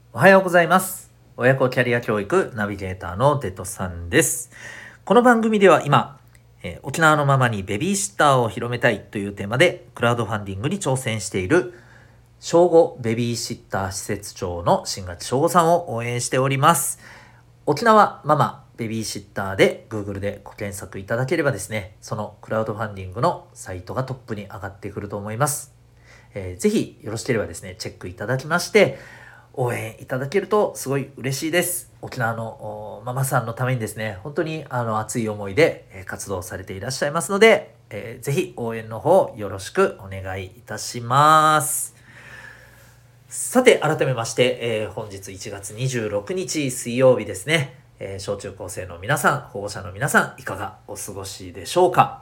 おはようございます。親子キャリア教育ナビゲーターのデトさんです。この番組では今、沖縄のママにベビーシッターを広めたいというテーマでクラウドファンディングに挑戦している小5ベビーシッター施設長の新勝翔吾さんを応援しております。沖縄ママベビーシッターで Google でご検索いただければですね、そのクラウドファンディングのサイトがトップに上がってくると思います。ぜひよろしければですね、チェックいただきまして、応援いただけるとすごい嬉しいです。沖縄のママさんのためにですね、本当に熱い思いで活動されていらっしゃいますので、ぜひ応援の方よろしくお願いいたします。さて、改めまして、本日1月26日水曜日ですね、小中高生の皆さん、保護者の皆さん、いかがお過ごしでしょうか。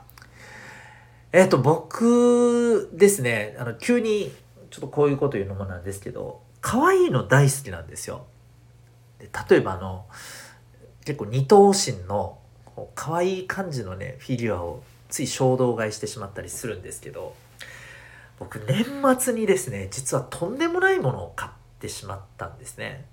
僕ですね、急にちょっとこういうこと言うのもなんですけど、可愛いの大好きなんですよ。で、例えば結構二頭身の可愛い感じのね、フィギュアをつい衝動買いしてしまったりするんですけど、僕年末にですね、実はとんでもないものを買ってしまったんですね。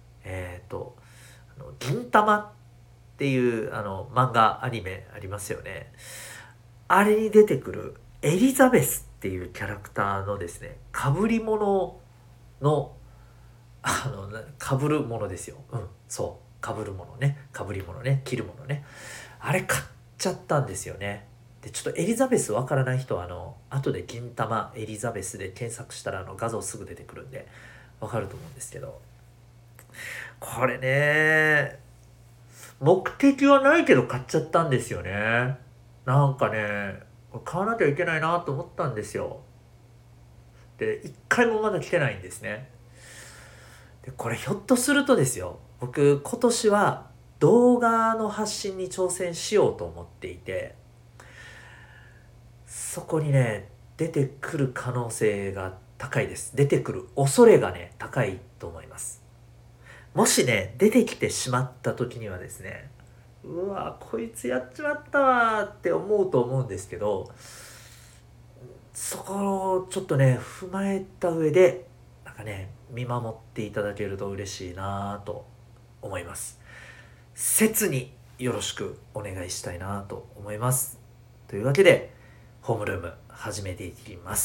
銀魂っていう漫画アニメありますよね。あれに出てくるエリザベスっていうキャラクターのですね、被り物の、被るものですよ。そう。被るものね。被り物ね。着るものね。あれ買っちゃったんですよね。で、ちょっとエリザベスわからない人は、後で銀玉エリザベスで検索したら画像すぐ出てくるんで、わかると思うんですけど。これね、目的はないけど買っちゃったんですよね。なんかね、買わなきゃいけないなと思ったんですよ。で、一回もまだ来てないんですね。で、これひょっとするとですよ、僕今年は動画の発信に挑戦しようと思っていて、そこにね、出てくる可能性が高いです。出てくる恐れがね、高いと思います。もしね、出てきてしまった時にはですね、うわこいつやっちまったわって思うと思うんですけど、そこをちょっとね踏まえた上でなんかね見守っていただけると嬉しいなと思います。切によろしくお願いしたいなと思います。というわけでホームルーム始めていきます。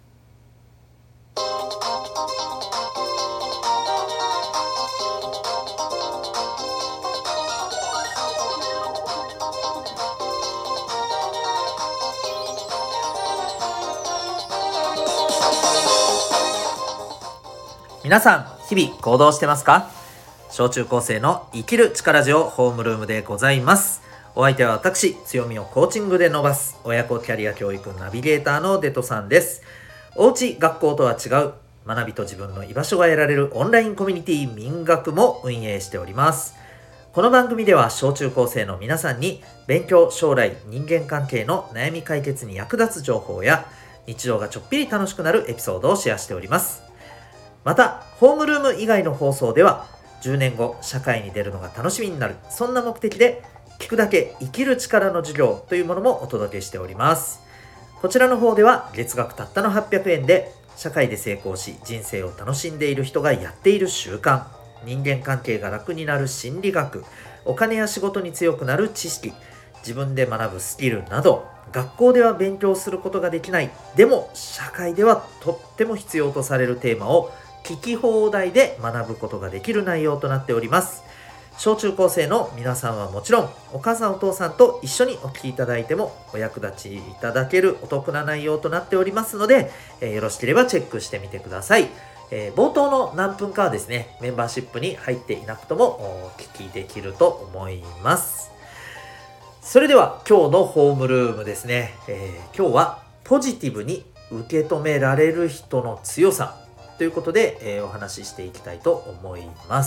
皆さん日々行動してますか？小中高生の生きる力ジオホームルームでございます。お相手は私、強みをコーチングで伸ばす親子キャリア教育ナビゲーターのデトさんです。おうち学校とは違う学びと自分の居場所が得られるオンラインコミュニティ民学も運営しております。この番組では小中高生の皆さんに勉強、将来、人間関係の悩み解決に役立つ情報や日常がちょっぴり楽しくなるエピソードをシェアしております。また、ホームルーム以外の放送では、10年後、社会に出るのが楽しみになる、そんな目的で、聞くだけ生きる力の授業というものもお届けしております。こちらの方では、月額たったの800円で、社会で成功し、人生を楽しんでいる人がやっている習慣、人間関係が楽になる心理学、お金や仕事に強くなる知識、自分で学ぶスキルなど、学校では勉強することができない、でも社会ではとっても必要とされるテーマを聞き放題で学ぶことができる内容となっております。小中高生の皆さんはもちろん、お母さんお父さんと一緒にお聞きいただいてもお役立ちいただけるお得な内容となっておりますので、よろしければチェックしてみてください。冒頭の何分かはですね、メンバーシップに入っていなくともお聞きできると思います。それでは今日のホームルームですね、今日はポジティブに受け止められる人の強さということで、お話ししていきたいと思います。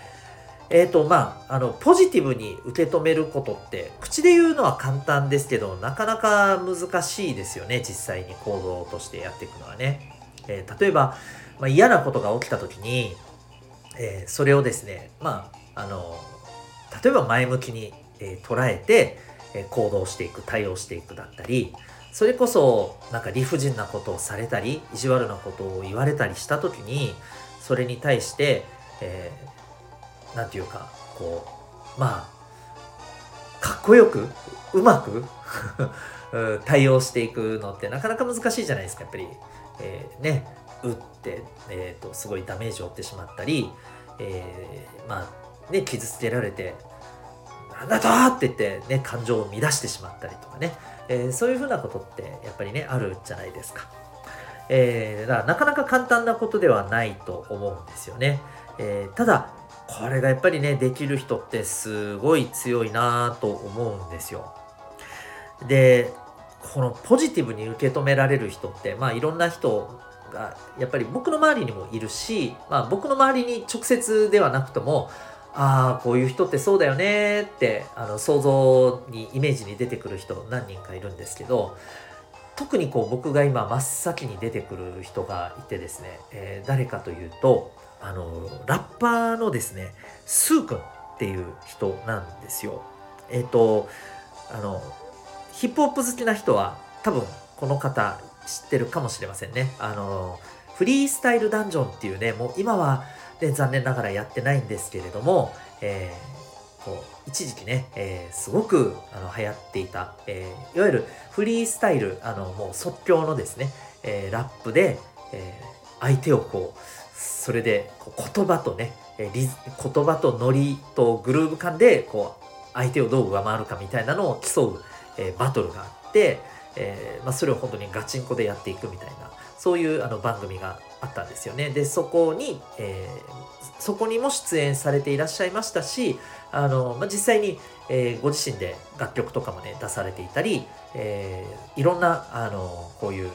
ポジティブに受け止めることって口で言うのは簡単ですけど、なかなか難しいですよね。実際に行動としてやっていくのはね。例えば、嫌なことが起きた時に、それをですね、例えば前向きに、捉えて、行動していく、対応していくだったり、それこそなんか理不尽なことをされたり、意地悪なことを言われたりした時に、 それに対して、なんていうかこうかっこよくうまく対応していくのってなかなか難しいじゃないですかやっぱり、打って、すごいダメージを負ってしまったり、傷つけられてなんだとって言ってね感情を乱してしまったりとかね、そういうふうなことってやっぱりねあるじゃないですか。だからなかなか簡単なことではないと思うんですよね。ただこれがやっぱりねできる人ってすごい強いなと思うんですよ。でこのポジティブに受け止められる人っていろんな人がやっぱり僕の周りにもいるし、僕の周りに直接ではなくともこういう人ってそうだよねって想像にイメージに出てくる人何人かいるんですけど、特に僕が今真っ先に出てくる人がいてですね、誰かというとラッパーのですねスーくんっていう人なんですよ。あのヒップホップ好きな人は多分この方知ってるかもしれませんね。フリースタイルダンジョンっていうね、もう今は、ね、残念ながらやってないんですけれども、一時期ね、すごく流行っていた、いわゆるフリースタイル、もう即興のですね、ラップで、相手をそれで言葉とね、言葉とノリとグルーヴ感で相手をどう上回るかみたいなのを競う、バトルがあって、それを本当にガチンコでやっていくみたいなそういう番組があったんですよね。でそこにも出演されていらっしゃいましたし実際に、ご自身で楽曲とかもね出されていたり、いろんなこういう、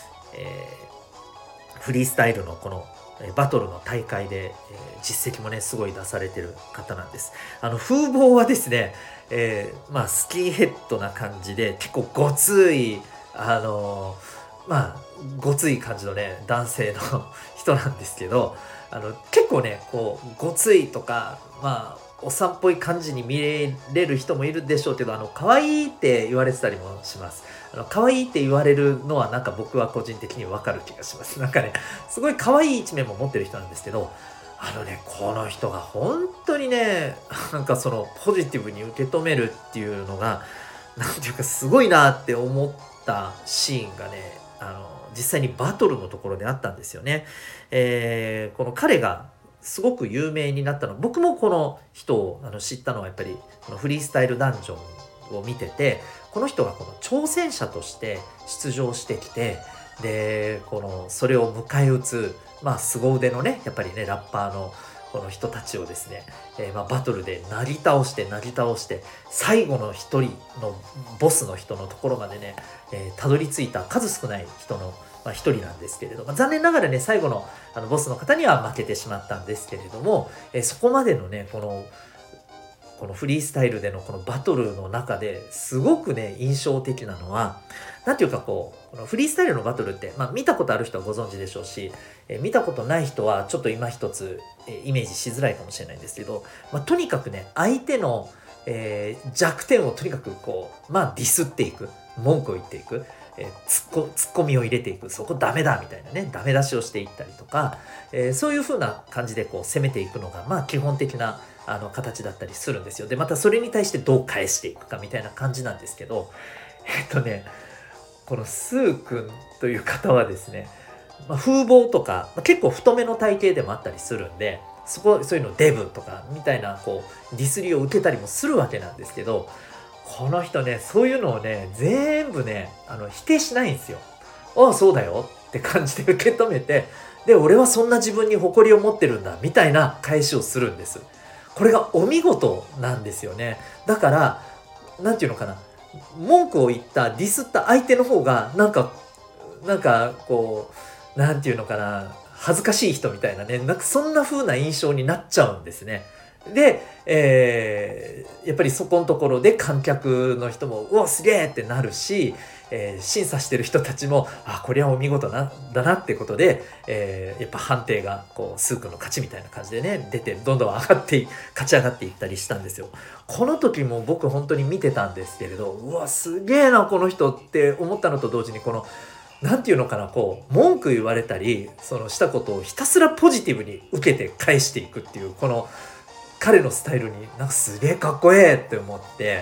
フリースタイルのこのバトルの大会で、実績もねすごい出されてる方なんです。風貌はですね、スキンヘッドな感じで結構ごついごつい感じのね男性の人なんですけど結構ねごついとかおっさんっぽい感じに見れる人もいるでしょうけど可愛いって言われてたりもします。可愛いって言われるのはなんか僕は個人的にわかる気がします。なんかねすごい可愛い一面も持ってる人なんですけどこの人が本当にねなんかそのポジティブに受け止めるっていうのがなんていうかすごいなって思ったシーンがね実際にバトルのところであったんですよね。この彼がすごく有名になったの僕もこの人を知ったのはやっぱりこのフリースタイルダンジョンを見ててこの人がこの挑戦者として出場してきてでそれを迎え撃つ凄腕のねやっぱりねラッパーのこの人たちをですね、バトルでなぎ倒して最後の一人のボスの人のところまでね、たどり着いた数少ない人の一人なんですけれども、残念ながらね最後のボスの方には負けてしまったんですけれども、そこまでのねこのフリースタイルでのこのバトルの中ですごくね印象的なのはなんていうかこのフリースタイルのバトルって、見たことある人はご存知でしょうし、見たことない人はちょっと今一つ、イメージしづらいかもしれないんですけど、とにかくね相手の、弱点をとにかくディスっていく文句を言っていく、ツッコミを入れていくそこダメだみたいなねダメ出しをしていったりとか、そういう風な感じで攻めていくのが基本的な形だったりするんですよ。でまたそれに対してどう返していくかみたいな感じなんですけどこのスー君という方はですね、風貌とか、結構太めの体型でもあったりするんでそういうのデブとかみたいなディスりを受けたりもするわけなんですけどこの人ねそういうのをね全部ね否定しないんですよ。ああそうだよって感じで受け止めてで俺はそんな自分に誇りを持ってるんだみたいな返しをするんです。これがお見事なんですよね。だからなんていうのかな文句を言ったディスった相手の方がなんかなんていうのかな恥ずかしい人みたいなねなんかそんな風な印象になっちゃうんですね。で、やっぱりそこのところで観客の人もうわすげえってなるし、審査してる人たちもこれはお見事だなってことで、やっぱ判定がスー君の勝ちみたいな感じでね出てどんどん勝ち上がっていったりしたんですよ。この時も僕本当に見てたんですけれどうわすげえなこの人って思ったのと同時になんていうのかな、こう文句言われたりしたことをひたすらポジティブに受けて返していくっていう、この彼のスタイルになんかすげえかっこええって思って、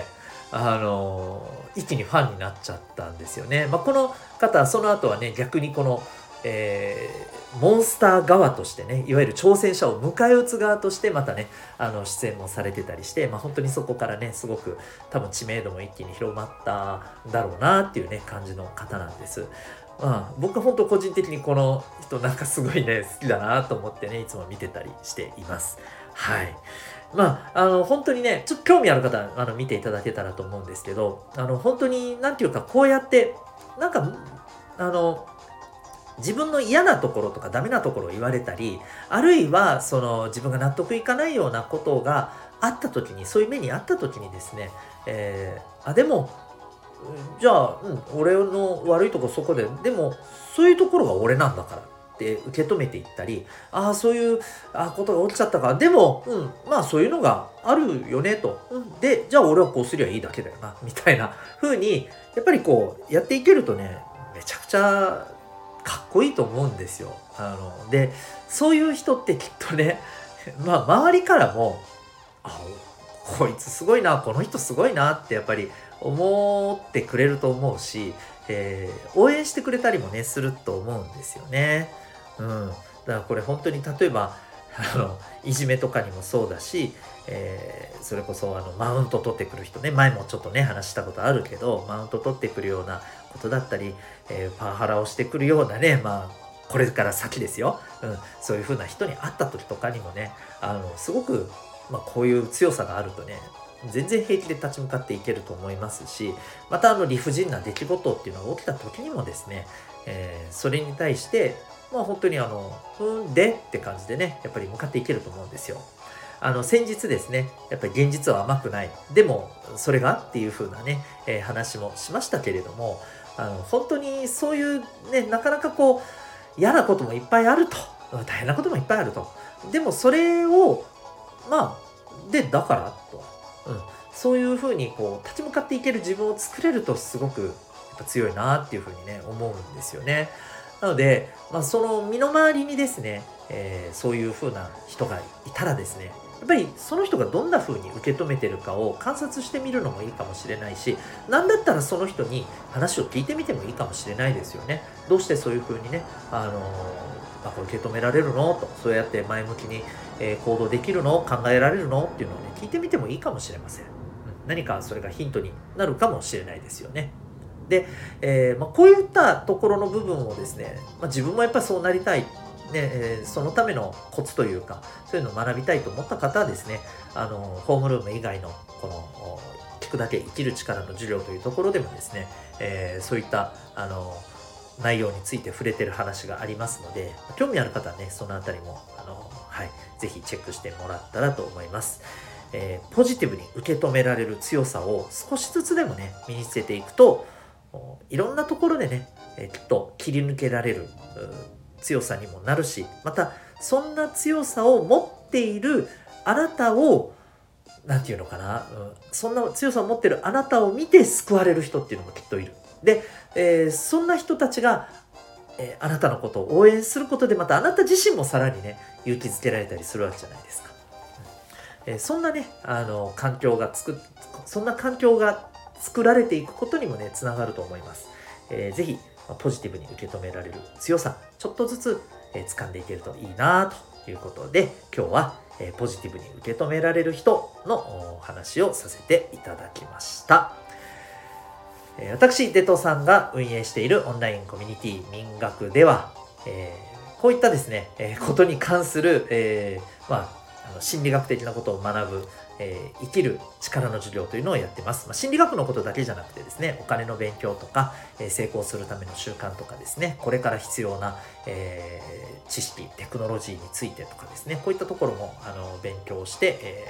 一気にファンになっちゃったんですよね。この方その後はね、逆にこの、モンスター側としてね、いわゆる挑戦者を迎え撃つ側としてまたね、出演もされてたりして、本当にそこからね、すごく多分知名度も一気に広まったんだろうなっていうね、感じの方なんです。僕は本当個人的にこの人なんかすごいね、好きだなと思ってね、いつも見てたりしています。はい。本当にね、ちょっと興味ある方、見ていただけたらと思うんですけど、本当になんていうか、こうやって、なんか、あの、自分の嫌なところとかダメなところを言われたり、あるいは自分が納得いかないようなことがあった時に、そういう目にあった時にですね、でも、じゃあ、俺の悪いとこそこで、でも、そういうところが俺なんだからって受け止めていったり、そういうことが起きちゃったから、でも、そういうのがあるよねと。で、じゃあ俺はこうすりゃいいだけだよな、みたいな風に、やっぱりこう、やっていけるとね、めちゃくちゃかっこいいと思うんですよ。で、そういう人ってきっとね、周りからも、あ、こいつすごいな、この人すごいなってやっぱり思ってくれると思うし、応援してくれたりもね、すると思うんですよね。だからこれ本当に例えば、いじめとかにもそうだし、それこそマウント取ってくる人ね、前もちょっとね、話したことあるけど、マウント取ってくるようなことだったり、パワハラをしてくるようなね、これから先ですよ。そういう風な人に会った時とかにもね、すごく、こういう強さがあるとね、全然平気で立ち向かっていけると思いますし、また理不尽な出来事っていうのが起きた時にもですね、それに対して、本当にでって感じでね、やっぱり向かっていけると思うんですよ。先日ですね、やっぱり現実は甘くない。でも、それがっていう風なね、話もしましたけれども、本当にそういうね、なかなかこう、嫌なこともいっぱいあると。大変なこともいっぱいあると。でもそれを、だからと。そういう風にこう、立ち向かっていける自分を作れるとすごくやっぱ強いなっていう風にね、思うんですよね。なので、その身の回りにですね、そういう風な人がいたらですね、やっぱりその人がどんな風に受け止めてるかを観察してみるのもいいかもしれないし、なんだったらその人に話を聞いてみてもいいかもしれないですよね。どうしてそういう風にね、これ受け止められるのと、そうやって前向きに、行動できるの考えられるのっていうのをね、聞いてみてもいいかもしれません。何かそれがヒントになるかもしれないですよね。で、こういったところの部分をですね、自分もやっぱりそうなりたい、ねそのためのコツというか、そういうのを学びたいと思った方はですね、ホームルーム以外のこの聞くだけ生きる力の授業というところでもですね、そういった内容について触れてる話がありますので、興味ある方はね、そのあたりもぜひチェックしてもらったらと思います。ポジティブに受け止められる強さを少しずつでもね、身につけていくと、いろんなところでね、きっと切り抜けられる強さにもなるし、またそんな強さを持っているあなたを、なんていうのかな、そんな強さを持っているあなたを見て救われる人っていうのもきっといる。で、そんな人たちが、あなたのことを応援することで、またあなた自身もさらにね、勇気づけられたりするわけじゃないですか。そんなね、そんな環境が作られていくことにもね、つながると思います。ぜひ、ポジティブに受け止められる強さ、ちょっとずつ、掴んでいけるといいなということで、今日は、ポジティブに受け止められる人のお話をさせていただきました。私、デトさんが運営しているオンラインコミュニティ民学では、こういったですね、ことに関する、心理学的なことを学ぶ、生きる力の授業というのをやってます。心理学のことだけじゃなくてですね、お金の勉強とか、成功するための習慣とかですね、これから必要な、知識、テクノロジーについてとかですね、こういったところも勉強して、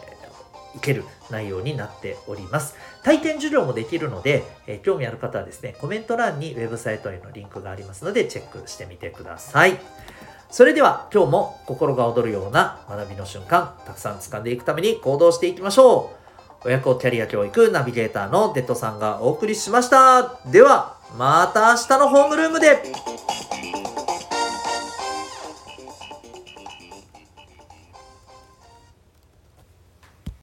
いける内容になっております。体験授業もできるので、興味ある方はですね、コメント欄にウェブサイトへのリンクがありますので、チェックしてみてください。それでは今日も心が躍るような学びの瞬間、たくさん掴んでいくために行動していきましょう。 親子キャリア教育ナビゲーターのデッドさんがお送りしました。では、また明日のホームルームで。